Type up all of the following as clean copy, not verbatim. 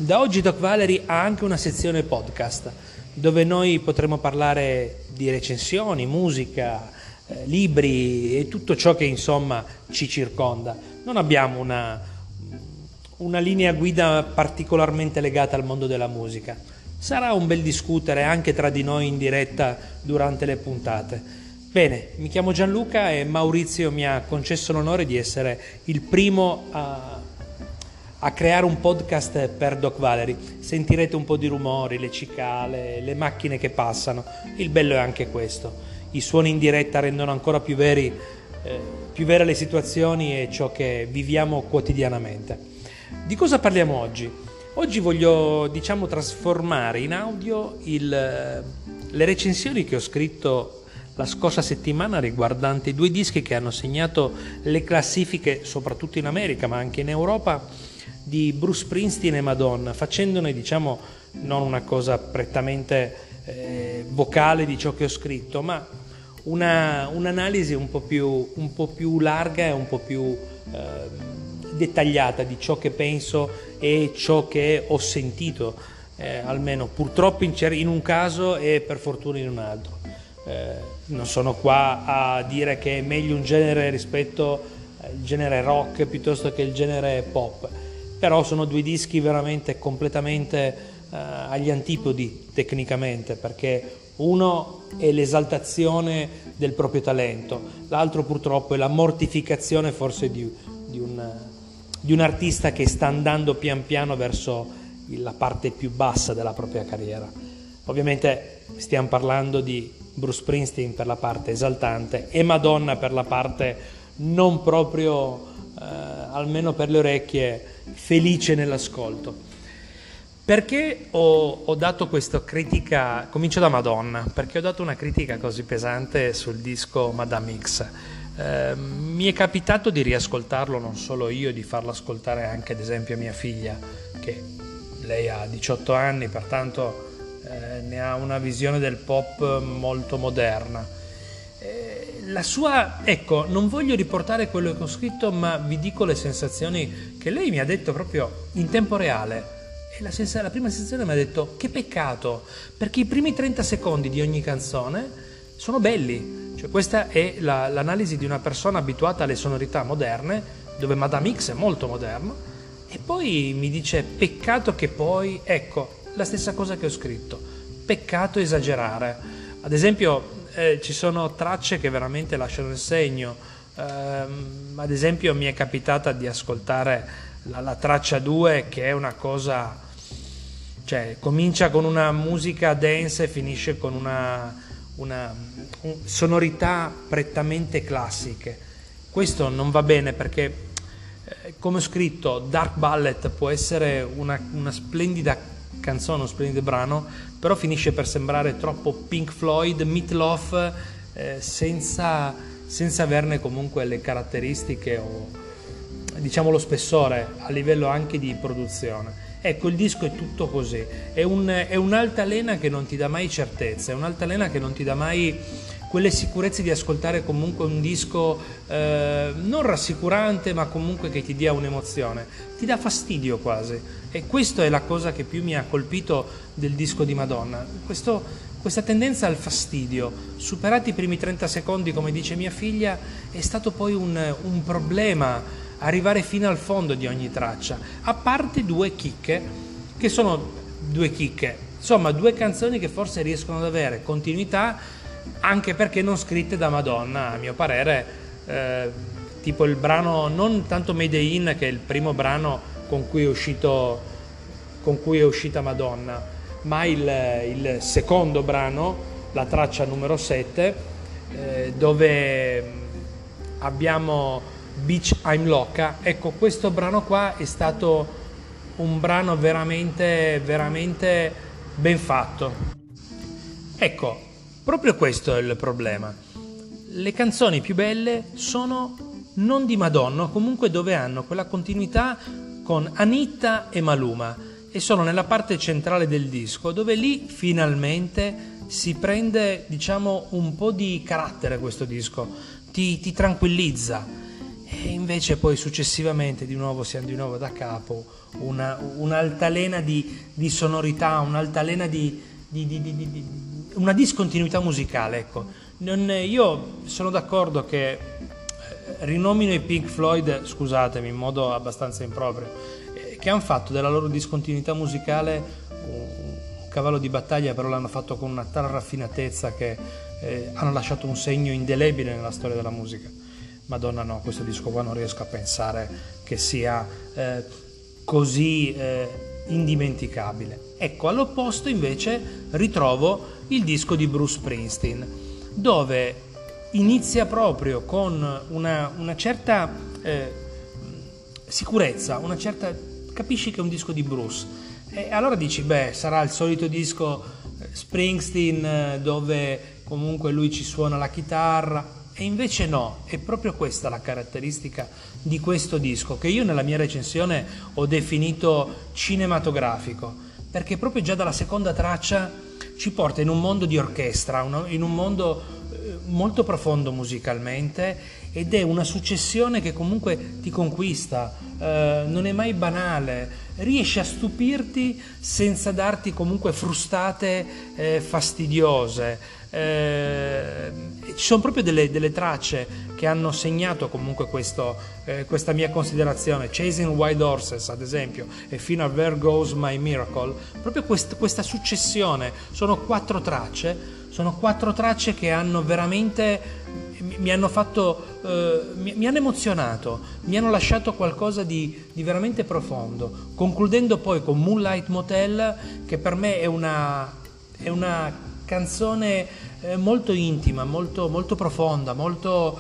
Da oggi Doc Valery ha anche una sezione podcast dove noi potremo parlare di recensioni, musica, libri e tutto ciò che insomma ci circonda. Non abbiamo una linea guida particolarmente legata al mondo della musica. Sarà un bel discutere anche tra di noi in diretta durante le puntate. Bene, mi chiamo Gianluca e Maurizio mi ha concesso l'onore di essere il primo a creare un podcast per Doc Valery. Sentirete un po' di rumori, le cicale, le macchine che passano. Il bello è anche questo. I suoni in diretta rendono ancora più vere le situazioni e ciò che viviamo quotidianamente. Di cosa parliamo oggi? Oggi voglio, trasformare in audio le recensioni che ho scritto la scorsa settimana riguardanti due dischi che hanno segnato le classifiche, soprattutto in America, ma anche in Europa, di Bruce Springsteen e Madonna, facendone non una cosa prettamente vocale di ciò che ho scritto, ma un'analisi un po' più larga e un po' più dettagliata di ciò che penso e ciò che ho sentito, almeno purtroppo in un caso e per fortuna in un altro. Non sono qua a dire che è meglio un genere rispetto al genere rock piuttosto che il genere pop, però sono due dischi veramente completamente agli antipodi tecnicamente, perché uno è l'esaltazione del proprio talento, l'altro purtroppo è la mortificazione forse di un artista che sta andando pian piano verso la parte più bassa della propria carriera. Ovviamente stiamo parlando di Bruce Springsteen per la parte esaltante e Madonna per la parte non proprio, almeno per le orecchie, felice nell'ascolto. Perché ho dato questa critica? Comincio da Madonna, perché ho dato una critica così pesante sul disco Madame X. Mi è capitato di riascoltarlo, non solo io, di farlo ascoltare anche ad esempio a mia figlia, che lei ha 18 anni, pertanto ne ha una visione del pop molto moderna. La sua, non voglio riportare quello che ho scritto, ma vi dico le sensazioni che lei mi ha detto proprio in tempo reale. E la prima sensazione mi ha detto: che peccato, perché i primi 30 secondi di ogni canzone sono belli. Cioè, questa è l'analisi di una persona abituata alle sonorità moderne, dove Madame X è molto moderno, e poi mi dice: peccato che poi, la stessa cosa che ho scritto, peccato esagerare. Ad esempio ci sono tracce che veramente lasciano il segno. Ad esempio mi è capitata di ascoltare la traccia 2, che è una cosa, cioè comincia con una musica dance e finisce con una sonorità prettamente classiche. Questo non va bene, perché come ho scritto, Dark Ballet può essere una splendida canzone, uno splendido brano, però finisce per sembrare troppo Pink Floyd, Meat Loaf, senza averne comunque le caratteristiche o lo spessore a livello anche di produzione. Il disco è tutto così, è un'altalena che non ti dà mai certezza, è un'altalena che non ti dà mai quelle sicurezze di ascoltare comunque un disco non rassicurante, ma comunque che ti dia un'emozione, ti dà fastidio quasi. E questa è la cosa che più mi ha colpito del disco di Madonna, questa tendenza al fastidio. Superati i primi 30 secondi, come dice mia figlia, è stato poi un problema arrivare fino al fondo di ogni traccia, a parte due chicche, che sono due chicche, insomma due canzoni che forse riescono ad avere continuità, anche perché non scritte da Madonna, a mio parere, tipo il brano non tanto Made In, che è il primo brano con cui è uscita Madonna, ma il secondo brano, la traccia numero 7, dove abbiamo Beach I'm Loca. Questo brano qua è stato un brano veramente veramente ben fatto. Proprio questo è il problema. Le canzoni più belle sono non di Madonna, comunque dove hanno quella continuità con Anitta e Maluma, e sono nella parte centrale del disco, dove lì finalmente si prende un po' di carattere questo disco, ti tranquillizza. E invece poi successivamente siamo di nuovo da capo, un'altalena di sonorità, un'altalena una discontinuità musicale, ecco. Io sono d'accordo che rinomino i Pink Floyd, scusatemi, in modo abbastanza improprio, che hanno fatto della loro discontinuità musicale un cavallo di battaglia, però l'hanno fatto con una tal raffinatezza che hanno lasciato un segno indelebile nella storia della musica. Madonna no, questo disco qua non riesco a pensare che sia così indimenticabile. Ecco, all'opposto invece ritrovo il disco di Bruce Springsteen, dove inizia proprio con una certa sicurezza, capisci che è un disco di Bruce, e allora dici, beh, sarà il solito disco Springsteen dove comunque lui ci suona la chitarra. E invece no, è proprio questa la caratteristica di questo disco, che io nella mia recensione ho definito cinematografico, perché proprio già dalla seconda traccia ci porta in un mondo di orchestra, in un mondo molto profondo musicalmente, ed è una successione che comunque ti conquista, non è mai banale, riesce a stupirti senza darti comunque frustate fastidiose. Ci sono proprio delle tracce che hanno segnato comunque questa mia considerazione. Chasing Wild Horses, ad esempio, e fino a There Goes My Miracle, proprio questa successione, sono quattro tracce che hanno veramente mi hanno mi hanno emozionato, mi hanno lasciato qualcosa di veramente profondo, concludendo poi con Moonlight Motel, che per me è una canzone molto intima, molto, molto profonda, molto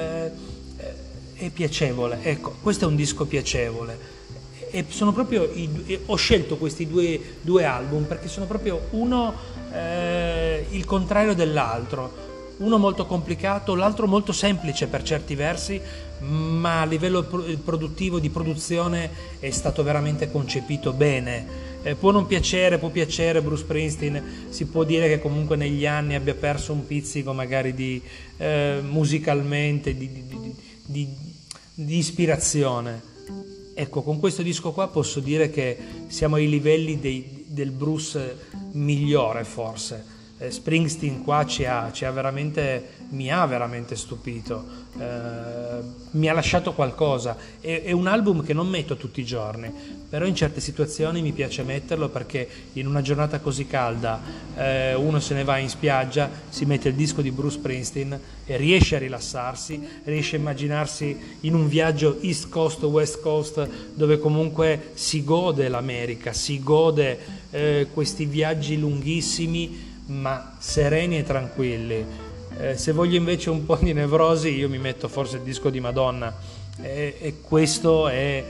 è piacevole. Ecco, questo è un disco piacevole, e sono proprio ho scelto questi due album perché sono proprio uno il contrario dell'altro, uno molto complicato, l'altro molto semplice per certi versi, ma a livello produttivo, di produzione, è stato veramente concepito bene. Può piacere Bruce Springsteen, si può dire che comunque negli anni abbia perso un pizzico magari musicalmente, di ispirazione. Ecco, con questo disco qua posso dire che siamo ai livelli del Bruce migliore, forse. Springsteen qua mi ha veramente stupito, mi ha lasciato qualcosa. È un album che non metto tutti i giorni, però in certe situazioni mi piace metterlo, perché in una giornata così calda uno se ne va in spiaggia, si mette il disco di Bruce Springsteen e riesce a rilassarsi, riesce a immaginarsi in un viaggio East Coast West Coast, dove comunque si gode l'America, si gode questi viaggi lunghissimi ma sereni e tranquilli. Se voglio invece un po' di nevrosi, io mi metto forse il disco di Madonna, e questo è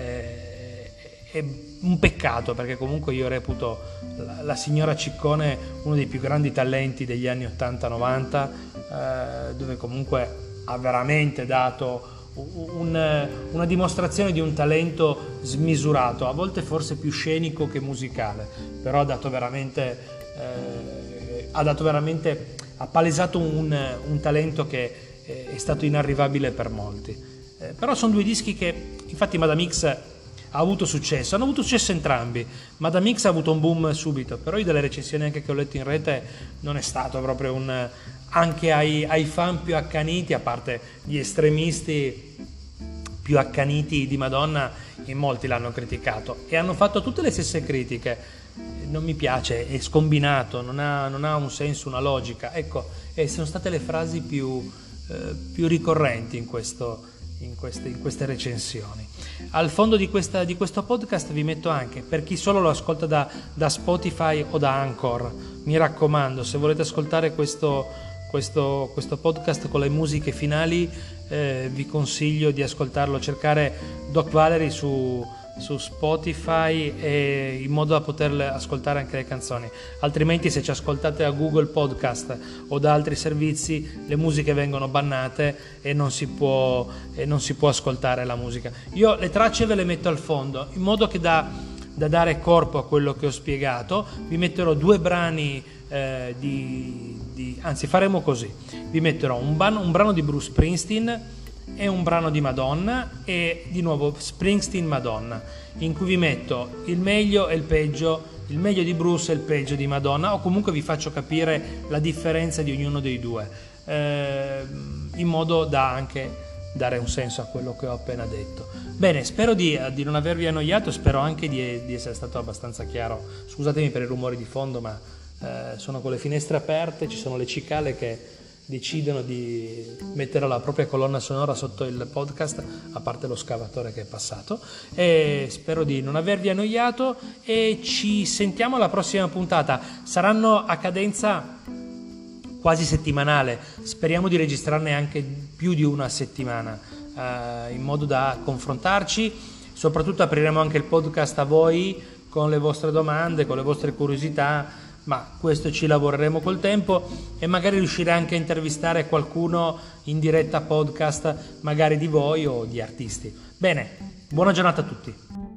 un peccato, perché comunque io reputo la signora Ciccone uno dei più grandi talenti degli anni 80-90, dove comunque ha veramente dato una dimostrazione di un talento smisurato, a volte forse più scenico che musicale, però ha palesato un talento che è stato inarrivabile per molti. Però sono due dischi che, infatti, Madame X ha avuto successo, hanno avuto successo entrambi. Madame X ha avuto un boom subito, però io dalle recensioni anche che ho letto in rete non è stato proprio anche ai fan più accaniti, a parte gli estremisti più accaniti di Madonna, in molti l'hanno criticato e hanno fatto tutte le stesse critiche. Non mi piace, è scombinato, non ha un senso, una logica. Ecco, sono state le frasi più ricorrenti in queste recensioni. Al fondo di questo podcast vi metto anche, per chi solo lo ascolta da Spotify o da Anchor, mi raccomando, se volete ascoltare questo podcast con le musiche finali, vi consiglio di ascoltarlo, cercare Doc Valery su Spotify, in modo da poter ascoltare anche le canzoni. Altrimenti, se ci ascoltate a Google Podcast o da altri servizi, le musiche vengono bannate e non si può ascoltare la musica. Io le tracce ve le metto al fondo, in modo che da dare corpo a quello che ho spiegato. Vi metterò due brani anzi, faremo così: vi metterò un brano di Bruce Springsteen è un brano di Madonna e di nuovo Springsteen Madonna, in cui vi metto il meglio e il peggio, il meglio di Bruce e il peggio di Madonna, o comunque vi faccio capire la differenza di ognuno dei due, in modo da anche dare un senso a quello che ho appena detto. Bene, spero di non avervi annoiato, spero anche di essere stato abbastanza chiaro. Scusatemi per i rumori di fondo, ma sono con le finestre aperte, ci sono le cicale che decidono di mettere la propria colonna sonora sotto il podcast, a parte lo scavatore che è passato, e spero di non avervi annoiato e ci sentiamo alla prossima puntata. Saranno a cadenza quasi settimanale, speriamo di registrarne anche più di una settimana, in modo da confrontarci. Soprattutto apriremo anche il podcast a voi con le vostre domande, con le vostre curiosità, ma questo ci lavoreremo col tempo e magari riuscire anche a intervistare qualcuno in diretta podcast, magari di voi o di artisti. Bene, buona giornata a tutti.